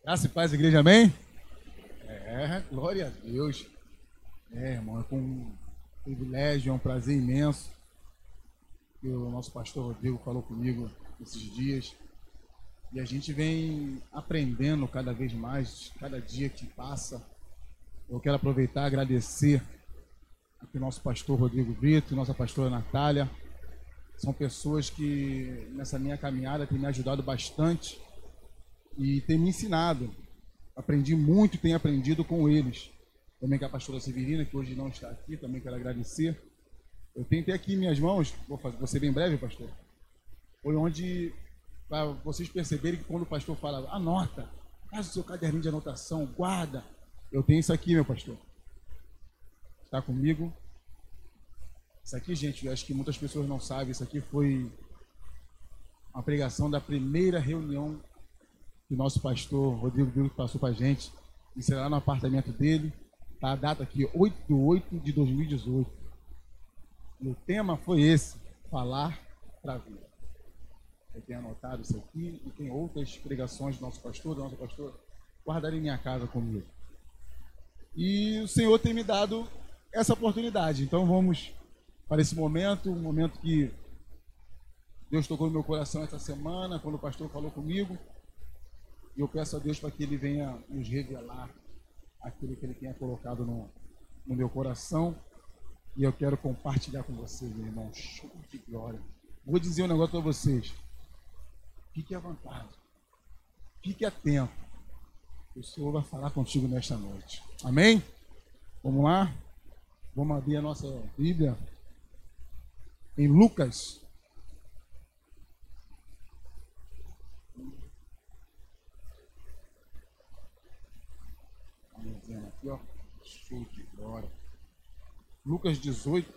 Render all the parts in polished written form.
Graça e paz, igreja, amém? Glória a Deus. Irmão, é com um privilégio, é um prazer imenso que o nosso pastor Rodrigo falou comigo esses dias. E a gente vem aprendendo cada vez mais, cada dia que passa. Eu quero aproveitar e agradecer aqui o nosso pastor Rodrigo Brito e nossa pastora Natália. São pessoas que nessa minha caminhada têm me ajudado bastante e têm me ensinado. Aprendi muito e tenho aprendido com eles. Também com a pastora Severina, que hoje não está aqui, também quero agradecer. Eu tenho até aqui em minhas mãos, vou ser bem breve, pastor. Foi onde, para vocês perceberem que quando o pastor fala, anota, faz o seu caderninho de anotação, guarda. Eu tenho isso aqui, meu pastor. Está comigo? Isso aqui, gente, eu acho que muitas pessoas não sabem, isso aqui foi uma pregação da primeira reunião que o nosso pastor Rodrigo Brito passou para a gente. Isso era lá no apartamento dele. Tá a data aqui, 8/8/2018. E o tema foi esse, falar para a vida. Eu tenho anotado isso aqui e tem outras pregações do nosso pastor, da nossa pastora, guardaram em minha casa comigo. E o Senhor tem me dado essa oportunidade. Então vamos para esse momento, um momento que Deus tocou no meu coração essa semana, quando o pastor falou comigo. E eu peço a Deus para que Ele venha nos revelar aquilo que Ele tenha colocado no meu coração. E eu quero compartilhar com vocês, meu irmão. Show de glória. Vou dizer um negócio para vocês. Fique à vontade. Fique atento. O Senhor vai falar contigo nesta noite. Amém? Vamos lá? Vamos abrir a nossa Bíblia em Lucas. Aqui, ó. Show de glória. Lucas 18.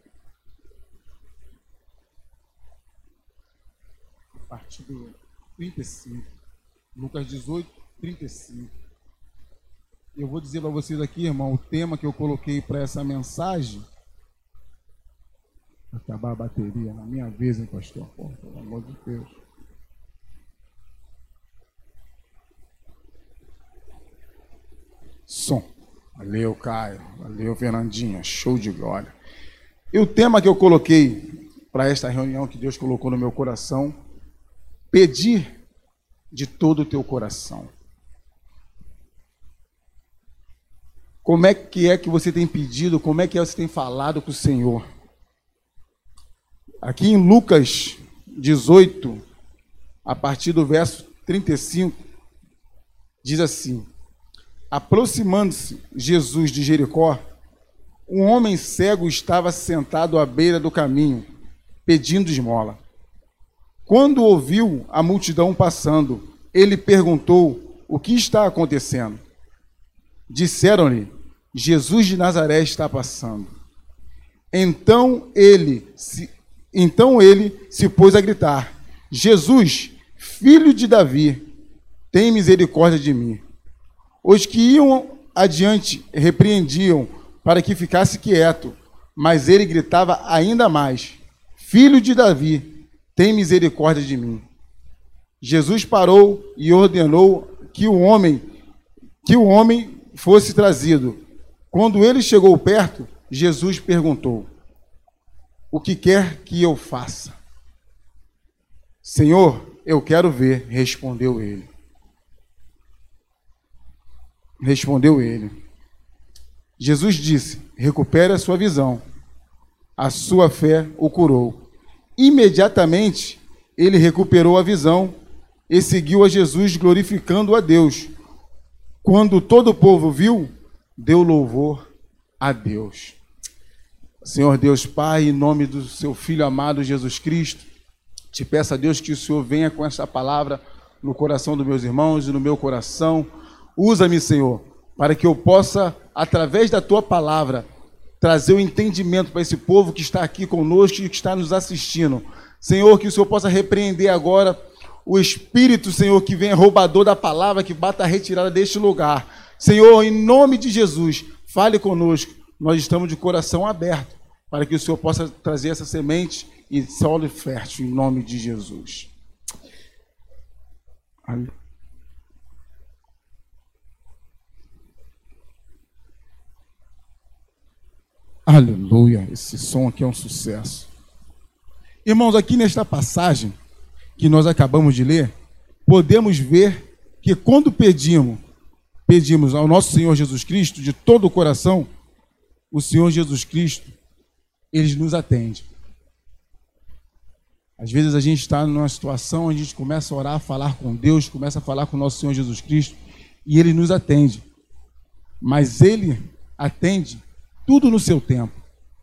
A partir do 35. Lucas 18, 35. Eu vou dizer para vocês aqui, irmão, o tema que eu coloquei para essa mensagem. Acabar a bateria na minha vez, hein, pastor? Pô, pelo amor de Deus. Som. Valeu, Caio. Valeu, Fernandinha. Show de glória. E o tema que eu coloquei para esta reunião que Deus colocou no meu coração, pedir de todo o teu coração. Como é que você tem pedido, como é que você tem falado com o Senhor? Aqui em Lucas 18, a partir do verso 35, diz assim: aproximando-se Jesus de Jericó, um homem cego estava sentado à beira do caminho, pedindo esmola. Quando ouviu a multidão passando, ele perguntou o que está acontecendo. Disseram-lhe: Jesus de Nazaré está passando. Então ele se pôs a gritar: Jesus, filho de Davi, tem misericórdia de mim. Os que iam adiante repreendiam para que ficasse quieto, mas ele gritava ainda mais: Filho de Davi, tem misericórdia de mim. Jesus parou e ordenou que o homem fosse trazido. Quando ele chegou perto, Jesus perguntou: o que quer que eu faça? Senhor, eu quero ver, respondeu ele. Jesus disse: recupere a sua visão. A sua fé o curou. Imediatamente ele recuperou a visão e seguiu a Jesus, glorificando a Deus. Quando todo o povo viu, deu louvor a Deus. Senhor Deus Pai, em nome do seu Filho amado Jesus Cristo, te peço a Deus que o Senhor venha com essa palavra no coração dos meus irmãos e no meu coração. Usa-me, Senhor, para que eu possa, através da tua palavra, trazer o entendimento para esse povo que está aqui conosco e que está nos assistindo. Senhor, que o Senhor possa repreender agora o espírito, Senhor, que venha roubador da palavra, que bata a retirada deste lugar. Senhor, em nome de Jesus, fale conosco. Nós estamos de coração aberto para que o Senhor possa trazer essa semente e solo fértil, em nome de Jesus. Aleluia, esse som aqui é um sucesso. Irmãos, aqui nesta passagem que nós acabamos de ler, podemos ver que quando pedimos ao nosso Senhor Jesus Cristo de todo o coração, o Senhor Jesus Cristo, Ele nos atende. Às vezes a gente está numa situação, a gente começa a orar, a falar com Deus, começa a falar com o nosso Senhor Jesus Cristo, e Ele nos atende. Mas Ele atende tudo no seu tempo.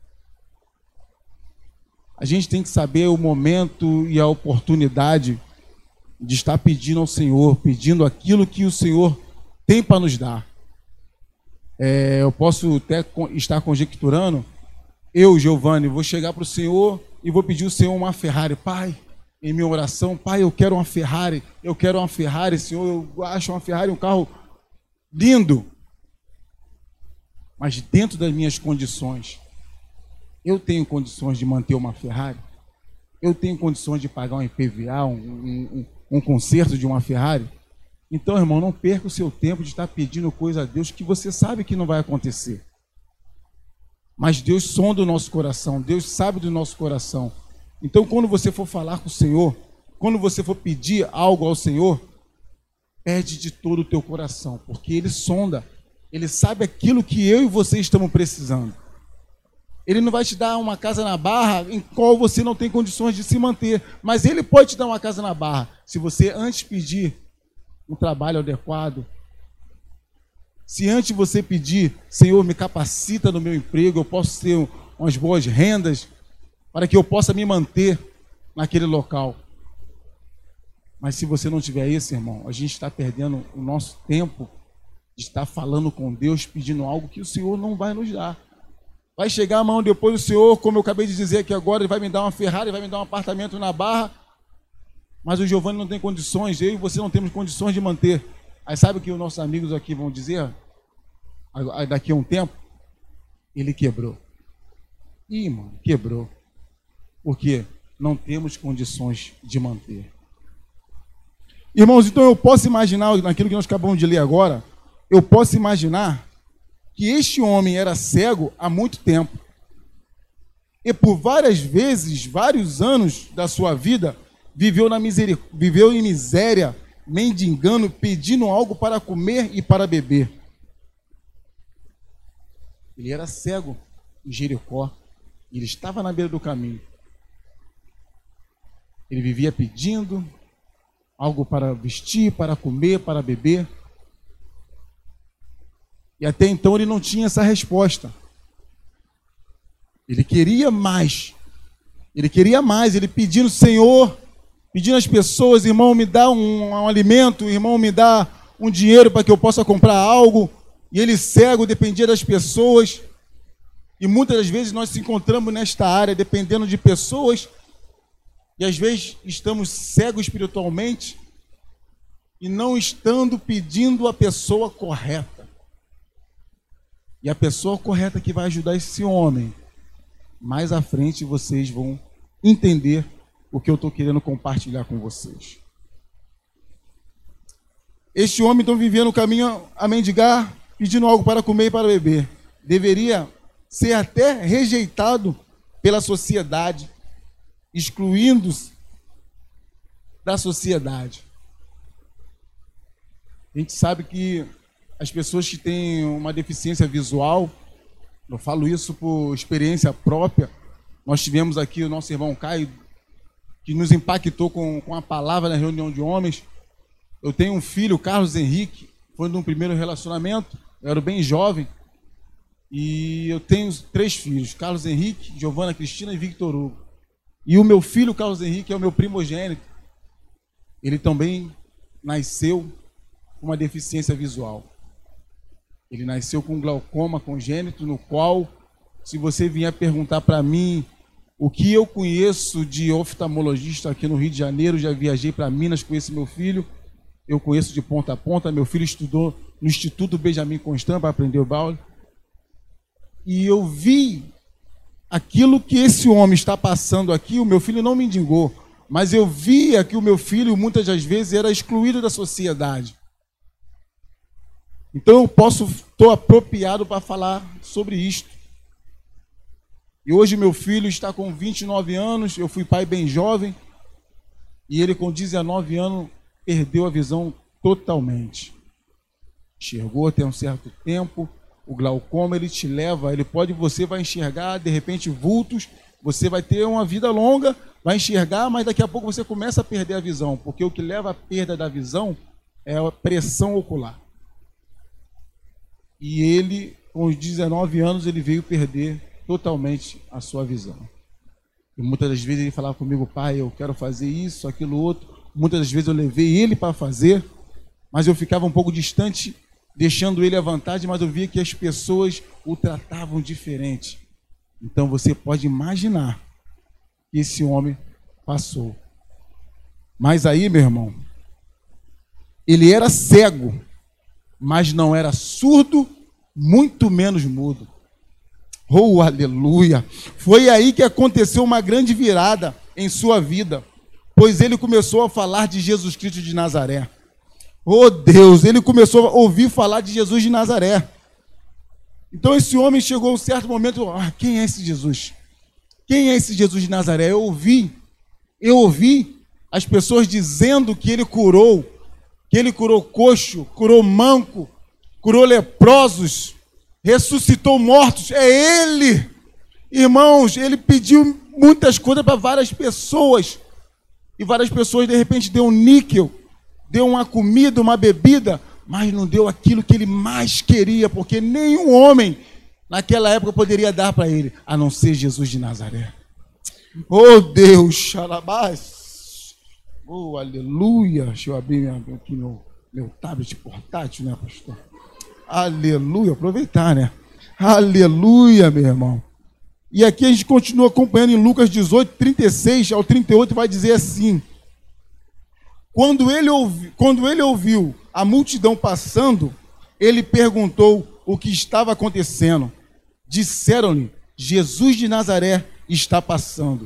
A gente tem que saber o momento e a oportunidade de estar pedindo ao Senhor, pedindo aquilo que o Senhor tem para nos dar. Eu posso até estar conjecturando, eu, Giovanni, vou chegar para o Senhor e vou pedir ao Senhor uma Ferrari. Pai, em minha oração, Pai, eu quero uma Ferrari, Senhor, eu acho uma Ferrari um carro lindo, mas dentro das minhas condições. Eu tenho condições de manter uma Ferrari? Eu tenho condições de pagar um IPVA, um conserto de uma Ferrari? Então, irmão, não perca o seu tempo de estar pedindo coisa a Deus que você sabe que não vai acontecer. Mas Deus sonda o nosso coração, Deus sabe do nosso coração. Então, quando você for falar com o Senhor, quando você for pedir algo ao Senhor, pede de todo o teu coração, porque Ele sonda, Ele sabe aquilo que eu e você estamos precisando. Ele não vai te dar uma casa na Barra em qual você não tem condições de se manter, mas Ele pode te dar uma casa na Barra, se você antes pedir um trabalho adequado. Se antes você pedir, Senhor, me capacita no meu emprego, eu posso ter umas boas rendas, para que eu possa me manter naquele local. Mas se você não tiver isso, irmão, a gente está perdendo o nosso tempo de estar falando com Deus, pedindo algo que o Senhor não vai nos dar. Vai chegar a mão depois do Senhor, como eu acabei de dizer aqui agora, Ele vai me dar uma Ferrari, vai me dar um apartamento na Barra, mas o Giovanni não tem condições, eu e você não temos condições de manter. Aí sabe o que os nossos amigos aqui vão dizer? Daqui a um tempo, ele quebrou. Ih, mano, quebrou. Porque não temos condições de manter. Irmãos, então eu posso imaginar, naquilo que nós acabamos de ler agora, eu posso imaginar que este homem era cego há muito tempo. E por várias vezes, vários anos da sua vida, viveu em miséria, mendigando, pedindo algo para comer e para beber. Ele era cego em Jericó, e ele estava na beira do caminho. Ele vivia pedindo algo para vestir, para comer, para beber. E até então ele não tinha essa resposta. Ele queria mais. Ele pedindo, Senhor, pedindo às pessoas, irmão, me dá um alimento, irmão, me dá um dinheiro para que eu possa comprar algo. E ele cego, dependia das pessoas. E muitas das vezes nós se encontramos nesta área, dependendo de pessoas. E às vezes estamos cegos espiritualmente e não estando pedindo a pessoa correta. E a pessoa correta que vai ajudar esse homem, mais à frente vocês vão entender o que eu estou querendo compartilhar com vocês. Este homem então vivia no caminho a mendigar, pedindo algo para comer e para beber. Deveria ser até rejeitado pela sociedade, excluindo-se da sociedade. A gente sabe que as pessoas que têm uma deficiência visual, eu falo isso por experiência própria, nós tivemos aqui o nosso irmão Caio, que nos impactou com a palavra na reunião de homens. Eu tenho um filho, Carlos Henrique, foi de um primeiro relacionamento, eu era bem jovem, e eu tenho 3 filhos, Carlos Henrique, Giovana Cristina e Victor Hugo. E o meu filho, Carlos Henrique, é o meu primogênito. Ele também nasceu com uma deficiência visual. Ele nasceu com glaucoma congênito, no qual, se você vier perguntar para mim o que eu conheço de oftalmologista aqui no Rio de Janeiro, já viajei para Minas, conheço meu filho, eu conheço de ponta a ponta. Meu filho estudou no Instituto Benjamin Constant para aprender o Braille. E eu vi aquilo que esse homem está passando aqui. O meu filho não mendigou, mas eu via que o meu filho muitas das vezes era excluído da sociedade. Então eu estou apropriado para falar sobre isto. E hoje meu filho está com 29 anos, eu fui pai bem jovem, e ele com 19 anos perdeu a visão totalmente. Enxergou até um certo tempo. O glaucoma, ele te leva, você vai enxergar, de repente, vultos, você vai ter uma vida longa, vai enxergar, mas daqui a pouco você começa a perder a visão, porque o que leva à perda da visão é a pressão ocular. E ele, com os 19 anos, ele veio perder totalmente a sua visão. E muitas das vezes ele falava comigo: pai, eu quero fazer isso, aquilo, outro. Muitas das vezes eu levei ele para fazer, mas eu ficava um pouco distante, deixando ele à vontade, mas eu via que as pessoas o tratavam diferente. Então você pode imaginar que esse homem passou. Mas aí, meu irmão, ele era cego, mas não era surdo, muito menos mudo. Oh, aleluia! Foi aí que aconteceu uma grande virada em sua vida, pois ele começou a falar de Jesus Cristo de Nazaré. Oh Deus, ele começou a ouvir falar de Jesus de Nazaré. Então esse homem chegou a um certo momento: quem é esse Jesus? Quem é esse Jesus de Nazaré? Eu ouvi as pessoas dizendo que ele curou coxo, curou manco, curou leprosos, ressuscitou mortos. É ele! Irmãos, ele pediu muitas coisas para várias pessoas, e várias pessoas de repente deu um níquel, deu uma comida, uma bebida, mas não deu aquilo que ele mais queria, porque nenhum homem naquela época poderia dar para ele, a não ser Jesus de Nazaré. Oh Deus, xalabás. Oh, aleluia. Deixa eu abrir aqui meu tablet portátil, né, pastor? Aleluia, aproveitar, né? Aleluia, meu irmão. E aqui a gente continua acompanhando em Lucas 18, 36 ao 38, vai dizer assim: Quando ele ouviu a multidão passando, ele perguntou o que estava acontecendo. Disseram-lhe: Jesus de Nazaré está passando.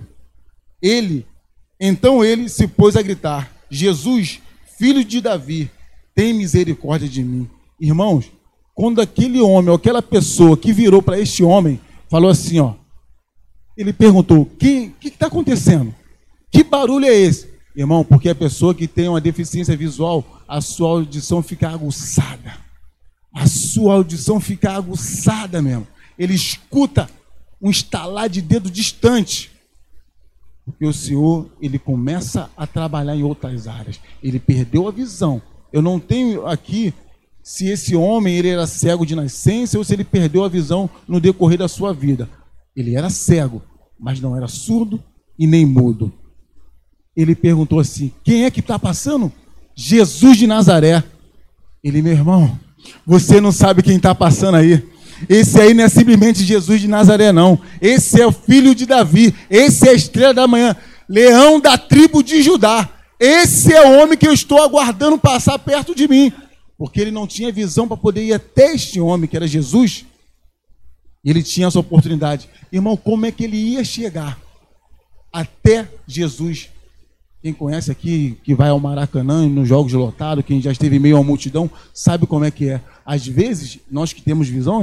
Então ele se pôs a gritar: Jesus, filho de Davi, tem misericórdia de mim. Irmãos, quando aquele homem, ou aquela pessoa que virou para este homem, falou assim, ele perguntou: o que está acontecendo? Que barulho é esse? Irmão, porque a pessoa que tem uma deficiência visual, a sua audição fica aguçada. A sua audição fica aguçada mesmo. Ele escuta um estalar de dedo distante. Porque o Senhor, ele começa a trabalhar em outras áreas. Ele perdeu a visão. Eu não tenho aqui se esse homem ele era cego de nascença ou se ele perdeu a visão no decorrer da sua vida. Ele era cego, mas não era surdo e nem mudo. Ele perguntou assim: quem é que está passando? Jesus de Nazaré. Ele: meu irmão, você não sabe quem está passando aí. Esse aí não é simplesmente Jesus de Nazaré, não. Esse é o filho de Davi. Esse é a estrela da manhã, leão da tribo de Judá. Esse é o homem que eu estou aguardando passar perto de mim. Porque ele não tinha visão para poder ir até este homem, que era Jesus. Ele tinha essa oportunidade. Irmão, como é que ele ia chegar até Jesus? Quem conhece aqui, que vai ao Maracanã, nos jogos lotados, quem já esteve em meio a uma multidão, sabe como é que é. Às vezes, nós que temos visão,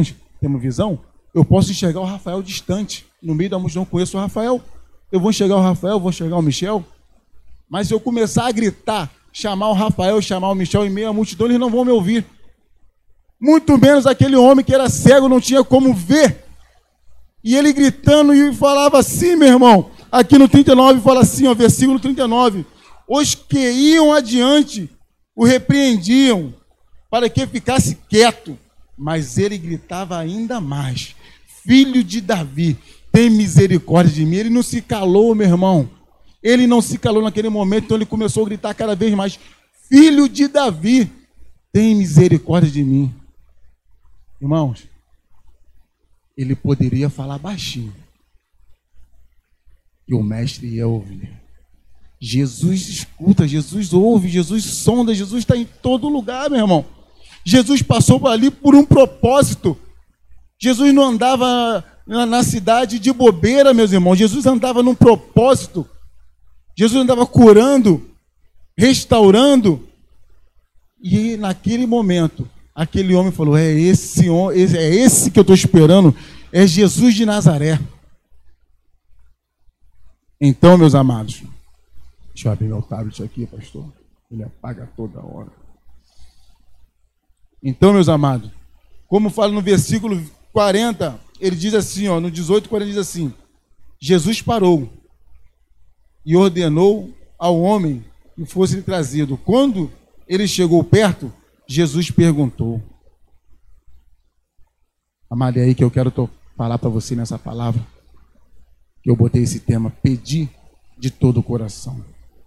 eu posso enxergar o Rafael distante. No meio da multidão, conheço o Rafael. Eu vou enxergar o Rafael, vou enxergar o Michel. Mas se eu começar a gritar, chamar o Rafael, chamar o Michel em meio à multidão, eles não vão me ouvir. Muito menos aquele homem que era cego, não tinha como ver. E ele gritando e falava assim, meu irmão, aqui no 39, fala assim, versículo 39. Os que iam adiante o repreendiam para que ficasse quieto. Mas ele gritava ainda mais: filho de Davi, tem misericórdia de mim. Ele não se calou, meu irmão. Ele não se calou naquele momento, então ele começou a gritar cada vez mais: filho de Davi, tem misericórdia de mim. Irmãos, ele poderia falar baixinho e o mestre ia ouvir. Jesus escuta, Jesus ouve, Jesus sonda, Jesus está em todo lugar, meu irmão. Jesus passou por ali por um propósito. Jesus não andava na cidade de bobeira, meus irmãos. Jesus andava num propósito. Jesus andava curando, restaurando. E naquele momento, aquele homem falou: é esse que eu estou esperando, é Jesus de Nazaré. Então, meus amados, deixa eu abrir meu tablet aqui, pastor. Ele apaga toda hora. Então, meus amados, como fala no versículo 40, ele diz assim, ó, no 18, 40 diz assim: Jesus parou e ordenou ao homem que fosse trazido. Quando ele chegou perto, Jesus perguntou. Amado, é aí que eu quero falar para você nessa palavra, que eu botei esse tema: pedir de todo o coração.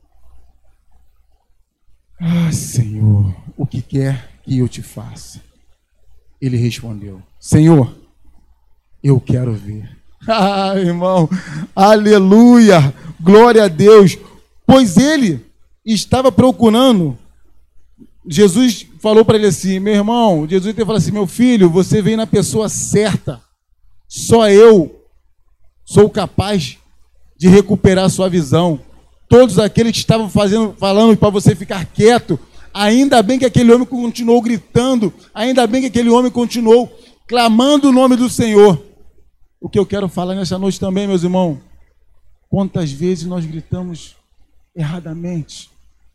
Ah, Senhor, o que quer que eu te faça? Ele respondeu: Senhor, eu quero ver. Ah, irmão, aleluia, glória a Deus. Pois ele estava procurando. Jesus falou para ele assim: meu irmão, Jesus falou assim: meu filho, você veio na pessoa certa. Só eu sou capaz de recuperar a sua visão. Todos aqueles que estavam falando para você ficar quieto, ainda bem que aquele homem continuou gritando, ainda bem que aquele homem continuou clamando o nome do Senhor. O que eu quero falar nessa noite também, meus irmãos: quantas vezes nós gritamos erradamente?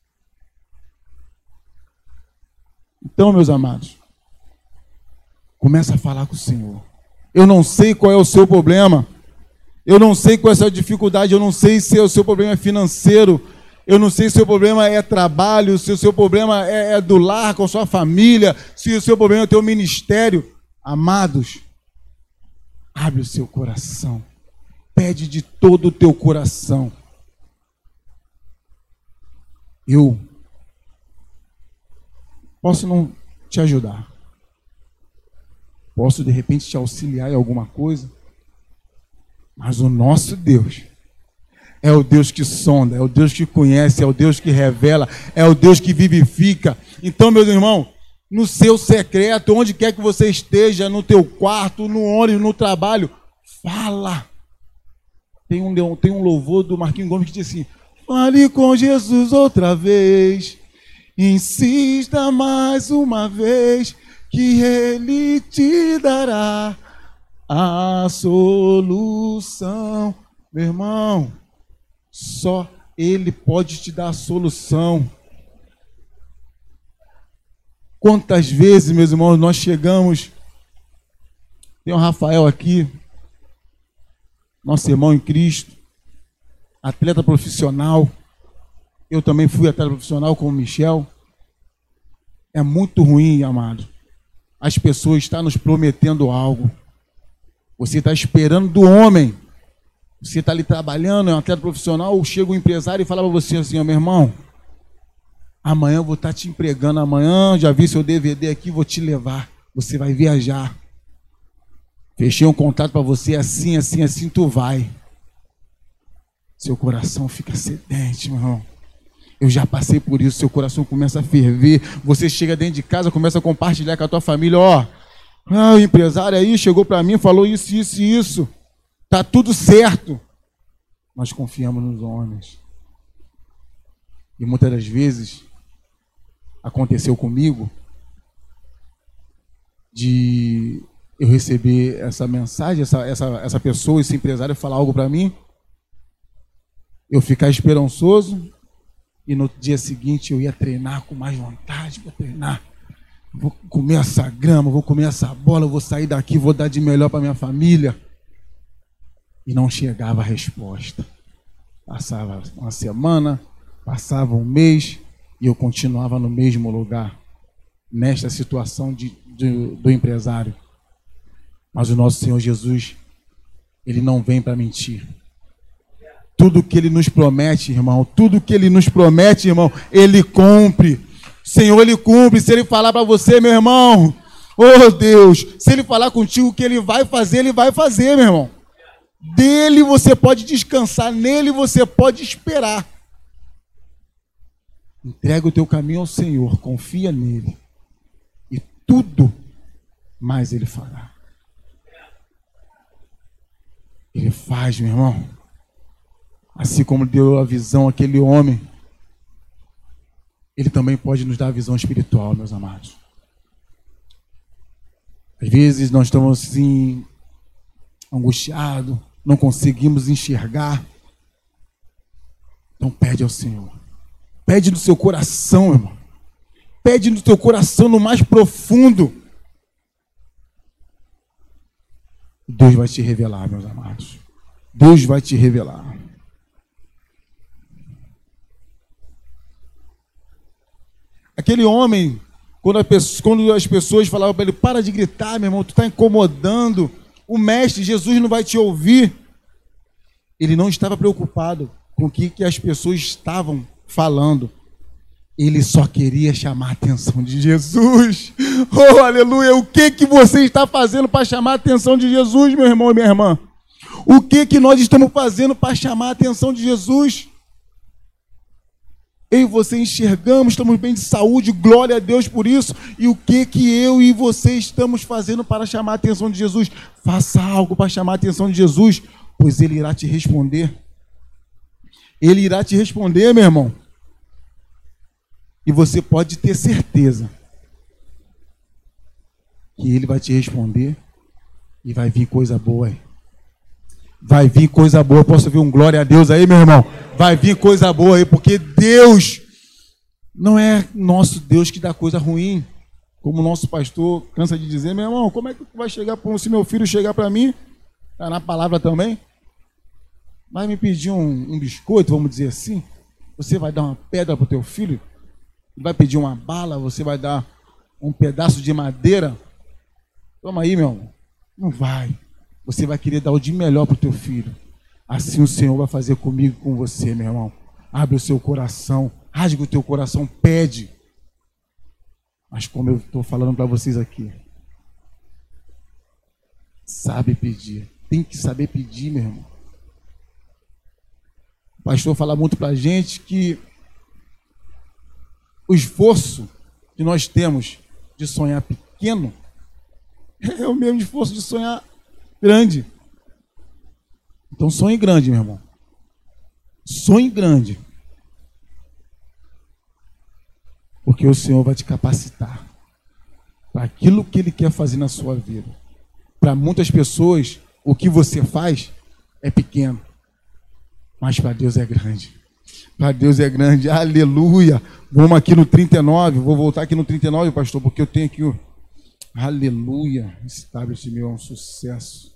Então, meus amados, começa a falar com o Senhor. Eu não sei qual é o seu problema, eu não sei qual é a sua dificuldade, eu não sei se o seu problema é financeiro, eu não sei se o seu problema é trabalho, se o seu problema é do lar com a sua família, se o seu problema é o teu ministério. Amados, abre o seu coração, pede de todo o teu coração. Eu posso não te ajudar, posso de repente te auxiliar em alguma coisa, mas o nosso Deus é o Deus que sonda, é o Deus que conhece, é o Deus que revela, é o Deus que vivifica. Então, meus irmãos, no seu secreto, onde quer que você esteja, no teu quarto, no ônibus, no trabalho, fala. Tem um louvor do Marquinhos Gomes que diz assim: fale com Jesus outra vez, insista mais uma vez, que Ele te dará a solução. Meu irmão, só Ele pode te dar a solução. Quantas vezes, meus irmãos, nós chegamos... Tem o Rafael aqui, nosso irmão em Cristo, atleta profissional. Eu também fui atleta profissional como Michel. É muito ruim, amado, as pessoas estão nos prometendo algo. Você está esperando do homem. Você está ali trabalhando, é um atleta profissional, chega um empresário e fala para você assim: ó, meu irmão, amanhã eu vou estar te empregando, amanhã já vi seu DVD aqui, vou te levar, você vai viajar. Fechei um contrato para você, assim, assim, assim, tu vai. Seu coração fica sedente, meu irmão. Eu já passei por isso, seu coração começa a ferver, você chega dentro de casa, começa a compartilhar com a tua família: ó, o empresário aí chegou para mim, falou isso, isso e isso. Tá tudo certo. Nós confiamos nos homens. E muitas das vezes aconteceu comigo de eu receber essa mensagem, essa pessoa, esse empresário falar algo para mim, eu ficar esperançoso, e no dia seguinte eu ia treinar com mais vontade para treinar. Vou comer essa grama, vou comer essa bola, vou sair daqui, vou dar de melhor para minha família. E não chegava a resposta. Passava uma semana, passava um mês, e eu continuava no mesmo lugar, nesta situação do empresário. Mas o nosso Senhor Jesus, Ele não vem para mentir. Tudo que Ele nos promete, irmão, tudo que Ele nos promete, irmão, Ele cumpre. O Senhor, Ele cumpre. Se Ele falar para você, meu irmão, oh Deus, se Ele falar contigo o que Ele vai fazer, meu irmão. Dele você pode descansar, nele você pode esperar. Entrega o teu caminho ao Senhor, confia nele, e tudo mais Ele fará. Ele faz, meu irmão. Assim como deu a visão àquele homem, Ele também pode nos dar a visão espiritual, meus amados. Às vezes nós estamos assim, angustiados, não conseguimos enxergar. Então pede ao Senhor. Pede no seu coração, irmão. Pede no teu coração, no mais profundo. Deus vai te revelar, meus amados. Deus vai te revelar. Aquele homem, quando as pessoas falavam para ele, para de gritar, meu irmão, tu está incomodando, o mestre, Jesus não vai te ouvir. Ele não estava preocupado com o que as pessoas estavam falando. Ele só queria chamar a atenção de Jesus. Oh, aleluia! O que você está fazendo para chamar a atenção de Jesus, meu irmão e minha irmã? O que nós estamos fazendo para chamar a atenção de Jesus? Eu e você enxergamos, estamos bem de saúde, glória a Deus por isso. E o que eu e você estamos fazendo para chamar a atenção de Jesus? Faça algo para chamar a atenção de Jesus, pois Ele irá te responder. Ele irá te responder, meu irmão. E você pode ter certeza que Ele vai te responder e vai vir coisa boa aí. Vai vir coisa boa. Posso ouvir um glória a Deus aí, meu irmão? Vai vir coisa boa aí, porque Deus não é nosso Deus que dá coisa ruim. Como o nosso pastor cansa de dizer, meu irmão, como é que vai chegar, se meu filho chegar para mim, está na palavra também, vai me pedir um biscoito, vamos dizer assim, você vai dar uma pedra para o teu filho? Vai pedir uma bala, você vai dar um pedaço de madeira? Toma aí, meu irmão. Não vai. Você vai querer dar o de melhor para o teu filho. Assim o Senhor vai fazer comigo, com você, meu irmão. Abre o seu coração, rasga o teu coração, pede. Mas como eu estou falando para vocês aqui, sabe pedir. Tem que saber pedir, meu irmão. O pastor fala muito para a gente que o esforço que nós temos de sonhar pequeno é o mesmo esforço de sonhar grande. Então sonhe grande, meu irmão. Sonhe grande. Porque o Senhor vai te capacitar para aquilo que Ele quer fazer na sua vida. Para muitas pessoas, o que você faz é pequeno. Mas para Deus é grande. Para Deus é grande. Aleluia. Vamos aqui no 39. Vou voltar aqui no 39, pastor, porque eu tenho aqui o... Aleluia. Esse tablet meu é um sucesso.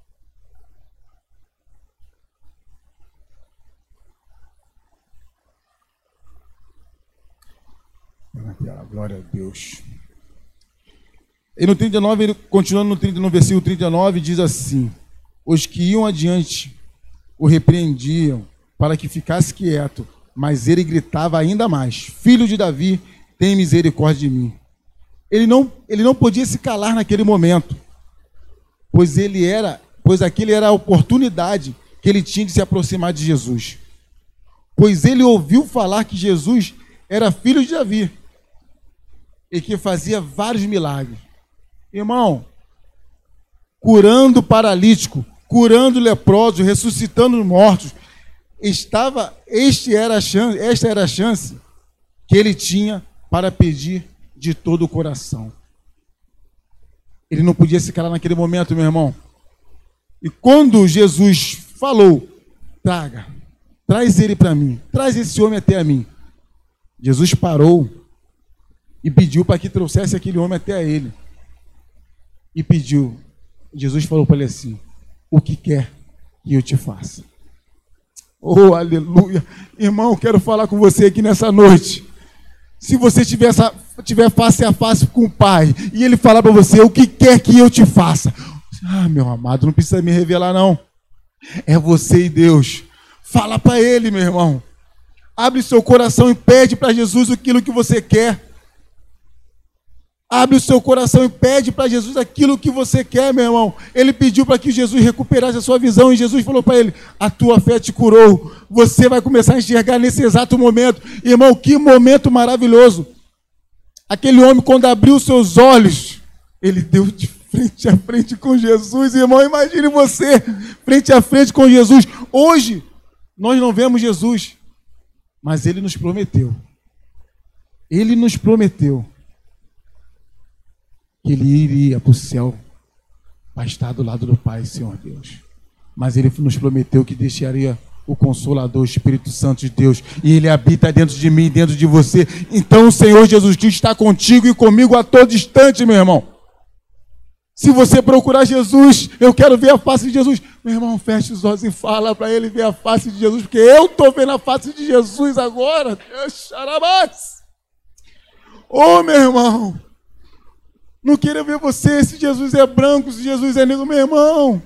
Glória a Deus. E no 39, ele, continuando no versículo 39, diz assim: os que iam adiante o repreendiam para que ficasse quieto, mas ele gritava ainda mais: filho de Davi, tem misericórdia de mim. Ele não podia se calar naquele momento, pois aquele era a oportunidade que ele tinha de se aproximar de Jesus. Pois ele ouviu falar que Jesus era filho de Davi e que fazia vários milagres. Irmão, curando paralítico, curando leproso, ressuscitando mortos, esta era a chance que ele tinha para pedir de todo o coração. Ele não podia se calar naquele momento, meu irmão. E quando Jesus falou: traz ele para mim, traz esse homem até a mim, Jesus parou e pediu para que trouxesse aquele homem até a ele. E pediu. Jesus falou para ele assim: o que quer que eu te faça? Oh, aleluia. Irmão, quero falar com você aqui nessa noite. Se você tiver face a face com o Pai e Ele falar para você: o que quer que eu te faça? Ah, meu amado, não precisa me revelar não. É você e Deus. Fala para Ele, meu irmão. Abre seu coração e pede para Jesus aquilo que você quer. Abre o seu coração e pede para Jesus aquilo que você quer, meu irmão. Ele pediu para que Jesus recuperasse a sua visão e Jesus falou para ele: a tua fé te curou. Você vai começar a enxergar nesse exato momento. Irmão, que momento maravilhoso. Aquele homem, quando abriu seus olhos, ele deu de frente a frente com Jesus. Irmão, imagine você, frente a frente com Jesus. Hoje, nós não vemos Jesus, mas Ele nos prometeu. Ele nos prometeu que Ele iria para o céu para estar do lado do Pai, Senhor Deus. Mas Ele nos prometeu que deixaria o Consolador, o Espírito Santo de Deus, e Ele habita dentro de mim, dentro de você. Então o Senhor Jesus Cristo está contigo e comigo a todo instante, meu irmão. Se você procurar Jesus, eu quero ver a face de Jesus. Meu irmão, feche os olhos e fala para ele ver a face de Jesus, porque eu estou vendo a face de Jesus agora. Ô, meu irmão, não queira ver você se Jesus é branco, se Jesus é negro, meu irmão.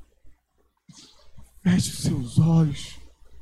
Feche os seus olhos.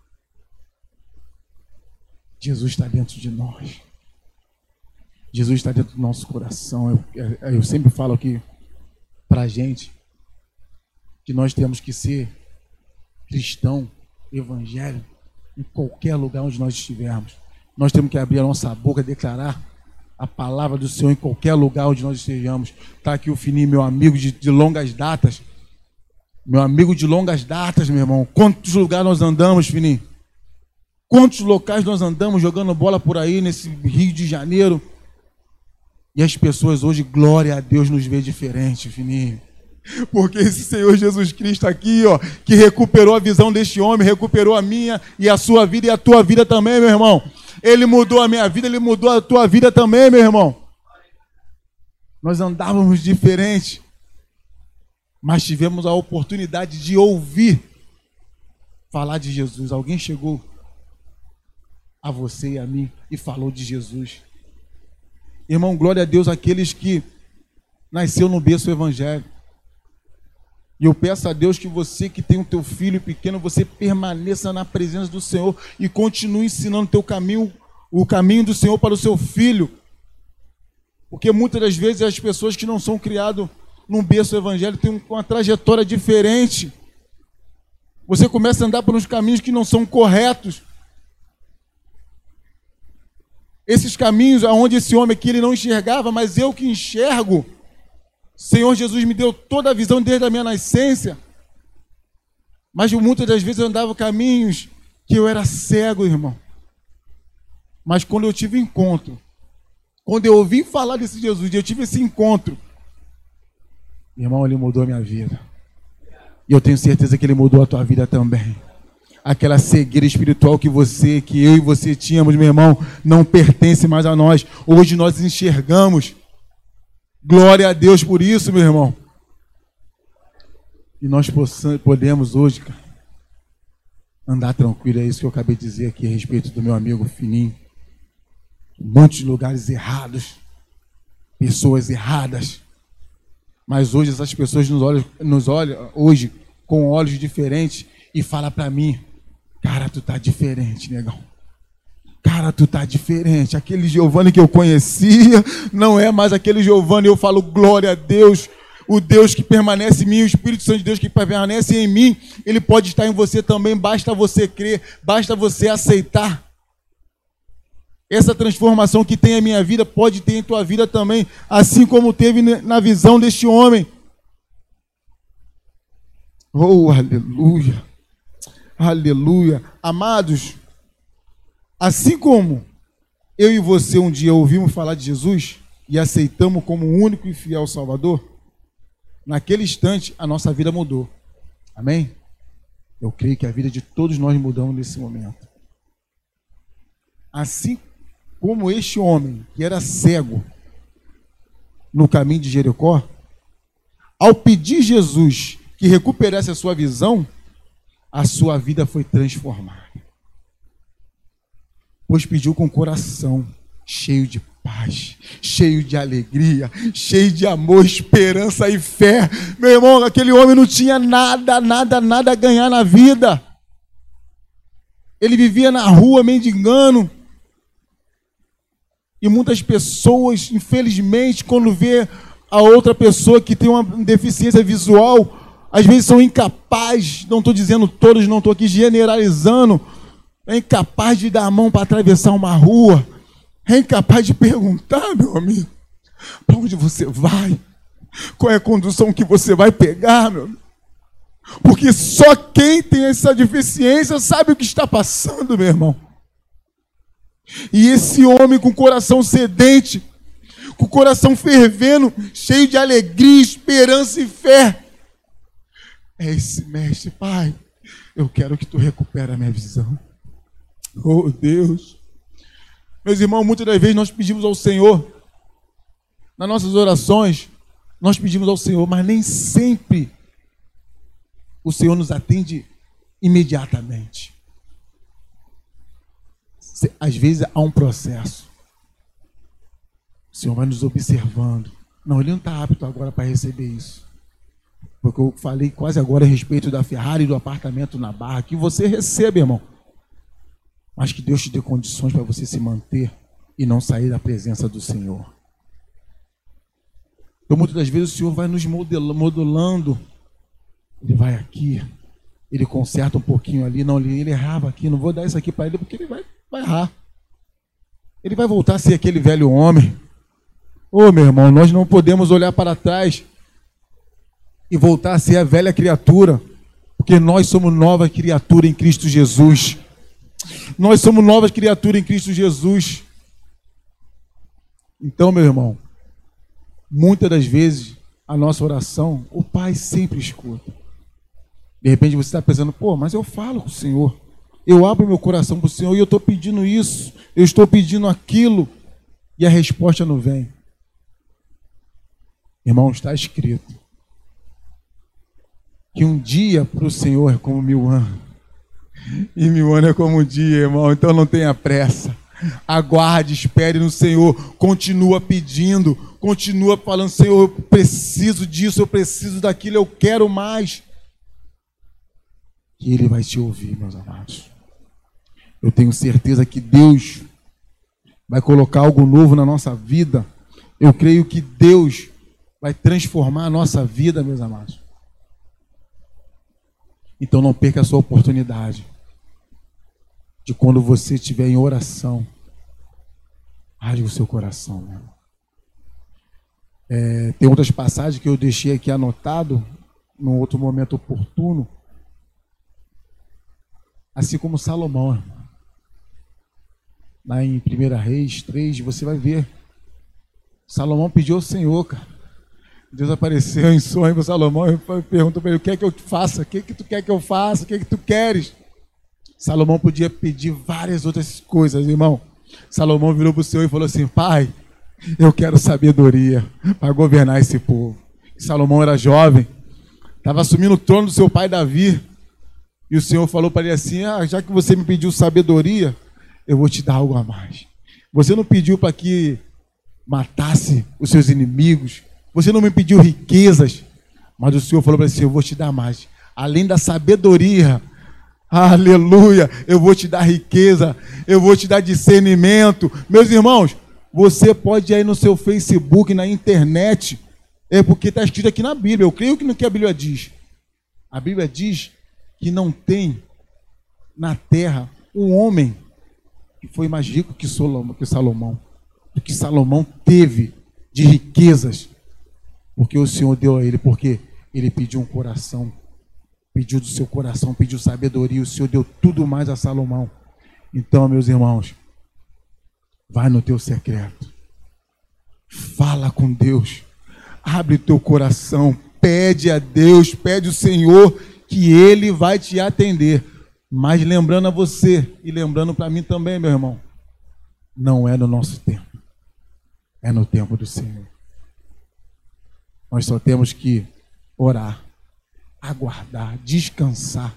Jesus está dentro de nós. Jesus está dentro do nosso coração. Eu sempre falo aqui para a gente que nós temos que ser cristão, evangélico, em qualquer lugar onde nós estivermos. Nós temos que abrir a nossa boca e declarar a palavra do Senhor em qualquer lugar onde nós estejamos. Está aqui o Fininho, meu amigo de longas datas. Meu amigo de longas datas, meu irmão. Quantos lugares nós andamos, Fininho? Quantos locais nós andamos jogando bola por aí, nesse Rio de Janeiro? E as pessoas hoje, glória a Deus, nos vê diferente, Fininho. Porque esse Senhor Jesus Cristo aqui, ó, que recuperou a visão deste homem, recuperou a minha e a sua vida e a tua vida também, meu irmão. Ele mudou a minha vida, ele mudou a tua vida também, meu irmão. Nós andávamos diferente, mas tivemos a oportunidade de ouvir falar de Jesus. Alguém chegou a você e a mim e falou de Jesus. Irmão, glória a Deus àqueles que nasceu no berço evangélico. E eu peço a Deus que você que tem o teu filho pequeno, você permaneça na presença do Senhor e continue ensinando o caminho do Senhor para o seu filho. Porque muitas das vezes as pessoas que não são criadas num berço evangélico têm uma trajetória diferente. Você começa a andar por uns caminhos que não são corretos. Esses caminhos aonde esse homem aqui ele não enxergava, mas eu que enxergo. Senhor Jesus me deu toda a visão desde a minha nascença. Mas muitas das vezes eu andava caminhos que eu era cego, irmão. Mas quando eu tive encontro, quando eu ouvi falar desse Jesus, eu tive esse encontro, irmão, ele mudou a minha vida. E eu tenho certeza que ele mudou a tua vida também. Aquela cegueira espiritual que eu e você tínhamos, meu irmão, não pertence mais a nós. Hoje nós enxergamos. Glória a Deus por isso, meu irmão. E nós podemos hoje, cara, andar tranquilo. É isso que eu acabei de dizer aqui a respeito do meu amigo Fininho. Muitos lugares errados, pessoas erradas. Mas hoje essas pessoas nos olham hoje com olhos diferentes e falam para mim: cara, tu tá diferente, negão. Cara, tu tá diferente. Aquele Giovanni que eu conhecia não é mais aquele Giovanni. Eu falo, glória a Deus. O Deus que permanece em mim, o Espírito Santo de Deus que permanece em mim, ele pode estar em você também. Basta você crer, basta você aceitar. Essa transformação que tem em minha vida pode ter em tua vida também, assim como teve na visão deste homem. Oh, aleluia. Aleluia. Amados, assim como eu e você um dia ouvimos falar de Jesus e aceitamos como o único e fiel Salvador, naquele instante a nossa vida mudou. Amém? Eu creio que a vida de todos nós mudamos nesse momento. Assim como este homem que era cego no caminho de Jericó, ao pedir Jesus que recuperasse a sua visão, a sua vida foi transformada. Pois pediu com o coração cheio de paz, cheio de alegria, cheio de amor, esperança e fé. Meu irmão, aquele homem não tinha nada a ganhar na vida. Ele vivia na rua mendigando. E muitas pessoas, infelizmente, quando vê a outra pessoa que tem uma deficiência visual, às vezes são incapazes, não estou dizendo todos, não estou aqui generalizando, é incapaz de dar a mão para atravessar uma rua, é incapaz de perguntar, meu amigo, para onde você vai, qual é a condução que você vai pegar, meu amigo. Porque só quem tem essa deficiência sabe o que está passando, meu irmão. E esse homem com o coração sedente, com o coração fervendo, cheio de alegria, esperança e fé, é esse mestre, Pai. Eu quero que tu recupere a minha visão. Oh, Deus. Meus irmãos, muitas das vezes nós pedimos ao Senhor, nas nossas orações, nós pedimos ao Senhor, mas nem sempre o Senhor nos atende imediatamente. Às vezes há um processo. O Senhor vai nos observando. Não, ele não está apto agora para receber isso. Porque eu falei quase agora a respeito da Ferrari e do apartamento na Barra, que você recebe, irmão. Mas que Deus te dê condições para você se manter e não sair da presença do Senhor. Então, muitas das vezes o Senhor vai nos modulando. Ele vai aqui, ele conserta um pouquinho ali. Não, ele errava aqui, não vou dar isso aqui para ele, porque ele vai errar. Ele vai voltar a ser aquele velho homem. Ô, meu irmão, nós não podemos olhar para trás e voltar a ser a velha criatura, porque nós somos nova criatura em Cristo Jesus. Nós somos novas criaturas em Cristo Jesus. Então, meu irmão, muitas das vezes a nossa oração, o Pai sempre escuta. De repente você está pensando, pô, mas eu falo com o Senhor, eu abro meu coração para o Senhor e eu estou pedindo isso, eu estou pedindo aquilo, e a resposta não vem. Irmão, está escrito que um dia para o Senhor é como 1000 anos, e 1000 anos é como um dia, irmão. Então não tenha pressa, aguarde, espere no Senhor, continua pedindo, continua falando, Senhor, eu preciso disso, eu preciso daquilo, eu quero mais. E Ele vai te ouvir, meus amados. Eu tenho certeza que Deus vai colocar algo novo na nossa vida. Eu creio que Deus vai transformar a nossa vida, meus amados. Então não perca a sua oportunidade de, quando você estiver em oração, rasgue o seu coração, meu irmão. Tem outras passagens que eu deixei aqui anotado num outro momento oportuno, assim como Salomão, irmão. Lá em 1 Reis 3, você vai ver, Salomão pediu ao Senhor, cara. Deus apareceu em sonho para Salomão e perguntou para ele, o que é que eu faça? O que é que tu quer que eu faça? O que é que tu queres? Salomão podia pedir várias outras coisas, irmão. Salomão virou para o Senhor e falou assim, Pai, eu quero sabedoria para governar esse povo. Salomão era jovem, estava assumindo o trono do seu pai Davi. E o Senhor falou para ele assim, já que você me pediu sabedoria, eu vou te dar algo a mais. Você não pediu para que matasse os seus inimigos, você não me pediu riquezas, mas o Senhor falou para ele assim, eu vou te dar mais. Além da sabedoria, aleluia, eu vou te dar riqueza, eu vou te dar discernimento. Meus irmãos, você pode ir aí no seu Facebook, na internet, porque está escrito aqui na Bíblia, eu creio que no que a Bíblia diz. A Bíblia diz que não tem na terra um homem que foi mais rico que Salomão, do que Salomão teve de riquezas, porque o Senhor deu a ele, porque ele pediu um coração, pediu do seu coração, pediu sabedoria, o Senhor deu tudo mais a Salomão. Então, meus irmãos, vai no teu secreto, fala com Deus, abre teu coração, pede a Deus, pede ao Senhor, que Ele vai te atender. Mas lembrando a você, e lembrando para mim também, meu irmão, não é no nosso tempo, é no tempo do Senhor. Nós só temos que orar, aguardar, descansar.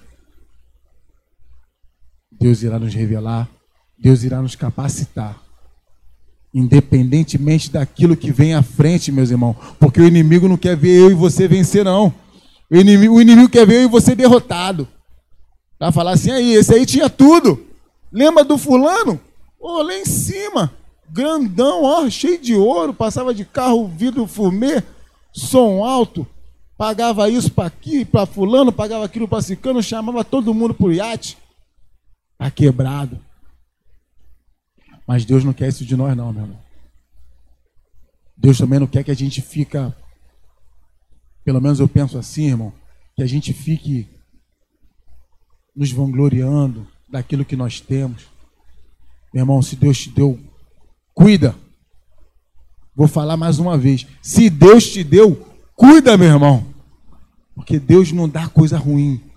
Deus irá nos revelar, Deus irá nos capacitar, independentemente daquilo que vem à frente, meus irmãos, porque o inimigo não quer ver eu e você vencer, não. O inimigo quer ver eu e você derrotado. Vai falar assim, aí, esse aí tinha tudo. Lembra do fulano? Lá em cima, grandão, cheio de ouro, passava de carro, vidro fumê, som alto, pagava isso para aqui, para fulano, pagava aquilo para ciclano, chamava todo mundo por iate. Está quebrado. Mas Deus não quer isso de nós não, meu irmão. Deus também não quer que a gente fica, pelo menos eu penso assim, irmão, que a gente fique nos vangloriando daquilo que nós temos. Meu irmão, se Deus te deu, cuida. Vou falar mais uma vez. Se Deus te deu, cuida, meu irmão. Porque Deus não dá coisa ruim.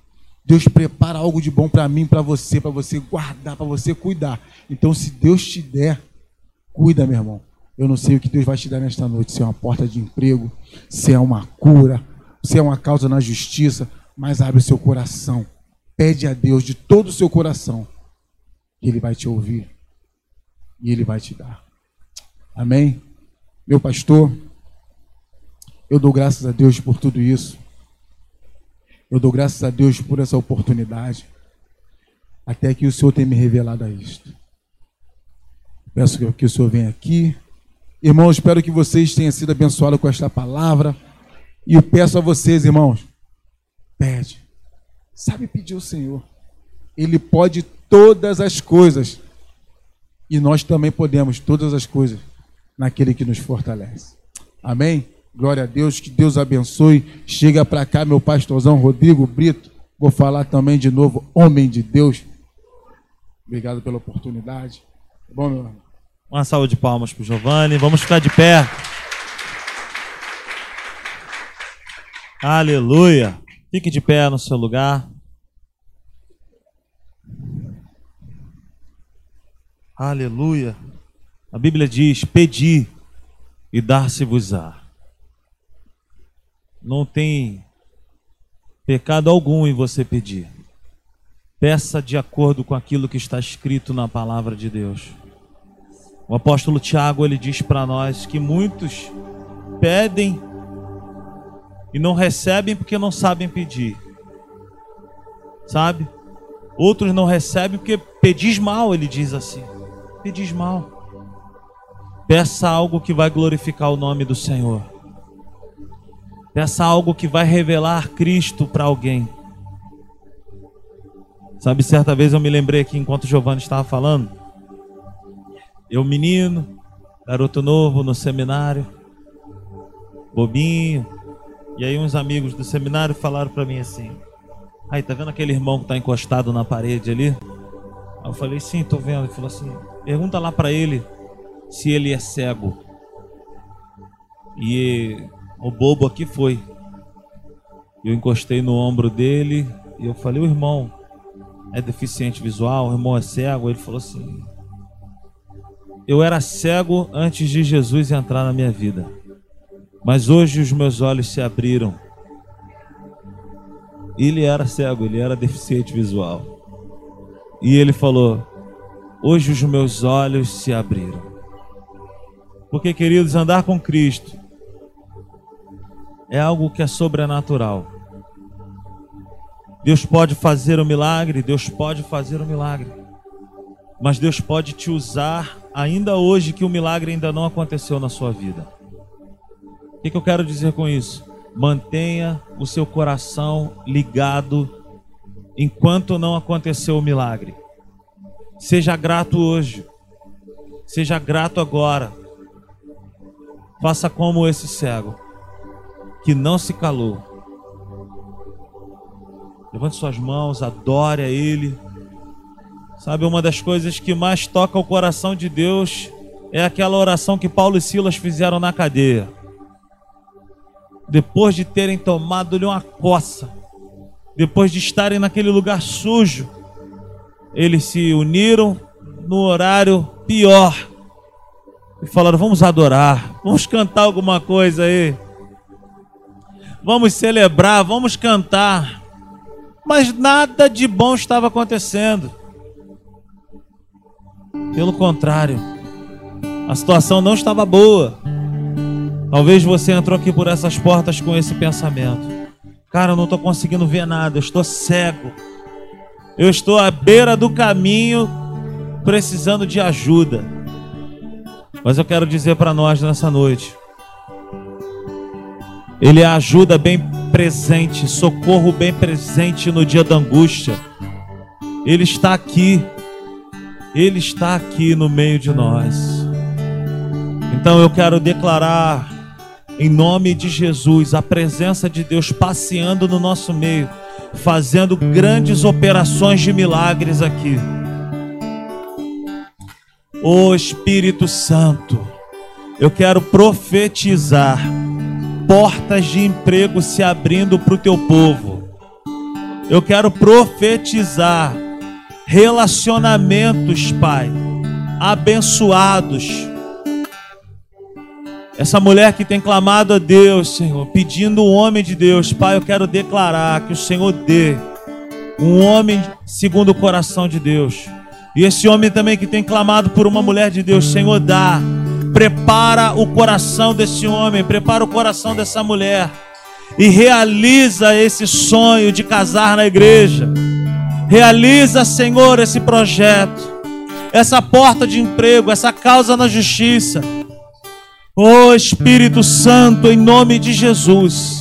Deus prepara algo de bom para mim, para você guardar, para você cuidar. Então, se Deus te der, cuida, meu irmão. Eu não sei o que Deus vai te dar nesta noite, se é uma porta de emprego, se é uma cura, se é uma causa na justiça, mas abre o seu coração. Pede a Deus de todo o seu coração, que Ele vai te ouvir e Ele vai te dar. Amém? Meu pastor, eu dou graças a Deus por tudo isso. Eu dou graças a Deus por essa oportunidade, até que o Senhor tenha me revelado a isto. Peço que o Senhor venha aqui. Irmãos, espero que vocês tenham sido abençoados com esta palavra. E eu peço a vocês, irmãos, pede. Sabe pedir ao Senhor. Ele pode todas as coisas. E nós também podemos todas as coisas naquele que nos fortalece. Amém? Glória a Deus, que Deus abençoe. Chega para cá, meu pastorzão Rodrigo Brito. Vou falar também de novo, homem de Deus. Obrigado pela oportunidade. Tá bom, meu irmão? Uma salva de palmas para o Giovanni. Vamos ficar de pé. Aleluia. Fique de pé no seu lugar. Aleluia. A Bíblia diz: pedi e dar-se-vos-á. Não tem pecado algum em você pedir. Peça de acordo com aquilo que está escrito na palavra de Deus. O apóstolo Tiago, ele diz para nós que muitos pedem e não recebem porque não sabem pedir. Sabe? Outros não recebem porque pedis mal, ele diz assim. Pedis mal. Peça algo que vai glorificar o nome do Senhor. Peça algo que vai revelar Cristo para alguém. Sabe, certa vez eu me lembrei aqui, enquanto o Giovanni estava falando, eu menino, garoto novo no seminário, bobinho, e aí uns amigos do seminário falaram para mim assim: aí, tá vendo aquele irmão que está encostado na parede ali? Aí eu falei: sim, tô vendo. Ele falou assim: pergunta lá para ele se ele é cego. E o bobo aqui foi. Eu encostei no ombro dele e eu falei: o irmão é deficiente visual, o irmão é cego. Ele falou assim: eu era cego antes de Jesus entrar na minha vida, mas hoje os meus olhos se abriram. Ele era cego, ele era deficiente visual. E ele falou: hoje os meus olhos se abriram. Porque, queridos, andar com Cristo é algo que é sobrenatural. Deus pode fazer o milagre, Deus pode fazer o milagre. Mas Deus pode te usar ainda hoje que o milagre ainda não aconteceu na sua vida. O que eu quero dizer com isso? Mantenha o seu coração ligado enquanto não aconteceu o milagre. Seja grato hoje. Seja grato agora. Faça como esse cego, que não se calou. Levante suas mãos, adore a Ele. Sabe, uma das coisas que mais toca o coração de Deus é aquela oração que Paulo e Silas fizeram na cadeia. Depois de terem tomado-lhe uma coça, depois de estarem naquele lugar sujo, eles se uniram no horário pior e falaram: vamos adorar, vamos cantar alguma coisa aí, vamos celebrar, vamos cantar. Mas nada de bom estava acontecendo. Pelo contrário, a situação não estava boa. Talvez você entrou aqui por essas portas com esse pensamento: cara, eu não estou conseguindo ver nada, eu estou cego, eu estou à beira do caminho precisando de ajuda. Mas eu quero dizer para nós nessa noite: Ele é a ajuda bem presente, socorro bem presente no dia da angústia. Ele está aqui. Ele está aqui no meio de nós. Então eu quero declarar, em nome de Jesus, a presença de Deus passeando no nosso meio, fazendo grandes operações de milagres aqui. Ô Espírito Santo, eu quero profetizar portas de emprego se abrindo para o teu povo. Eu quero profetizar relacionamentos, Pai, abençoados. Essa mulher que tem clamado a Deus, Senhor, pedindo um homem de Deus, Pai, eu quero declarar que o Senhor dê um homem segundo o coração de Deus. E esse homem também que tem clamado por uma mulher de Deus, Senhor, dá. Prepara o coração desse homem, prepara o coração dessa mulher e realiza esse sonho de casar na igreja. Realiza, Senhor, esse projeto, essa porta de emprego, essa causa na justiça. Oh Espírito Santo, em nome de Jesus,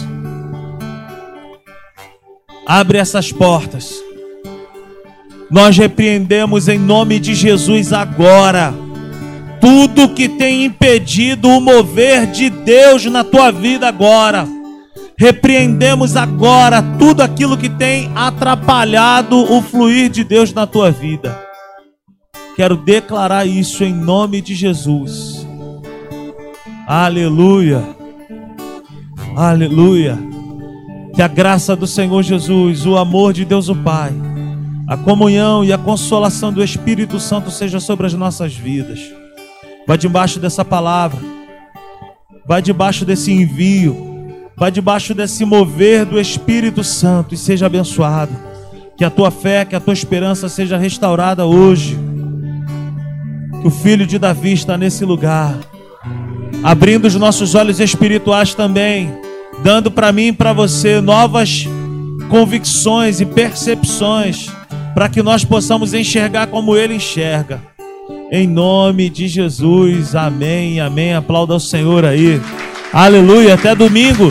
abre essas portas. Nós repreendemos em nome de Jesus agora tudo que tem impedido o mover de Deus na tua vida agora. Repreendemos agora tudo aquilo que tem atrapalhado o fluir de Deus na tua vida. Quero declarar isso em nome de Jesus. Aleluia. Aleluia. Que a graça do Senhor Jesus, o amor de Deus o Pai, a comunhão e a consolação do Espírito Santo seja sobre as nossas vidas. Vai debaixo dessa palavra, vai debaixo desse envio, vai debaixo desse mover do Espírito Santo e seja abençoado. Que a tua fé, que a tua esperança seja restaurada hoje. Que o Filho de Davi está nesse lugar, abrindo os nossos olhos espirituais também, dando para mim e para você novas convicções e percepções, para que nós possamos enxergar como Ele enxerga. Em nome de Jesus, amém, amém. Aplauda ao Senhor aí. Aleluia, até domingo.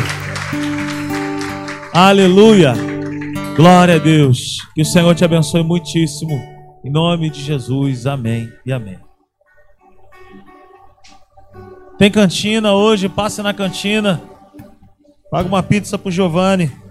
Aleluia, glória a Deus. Que o Senhor te abençoe muitíssimo. Em nome de Jesus, amém e amém. Tem cantina hoje, passe na cantina. Paga uma pizza pro Giovanni.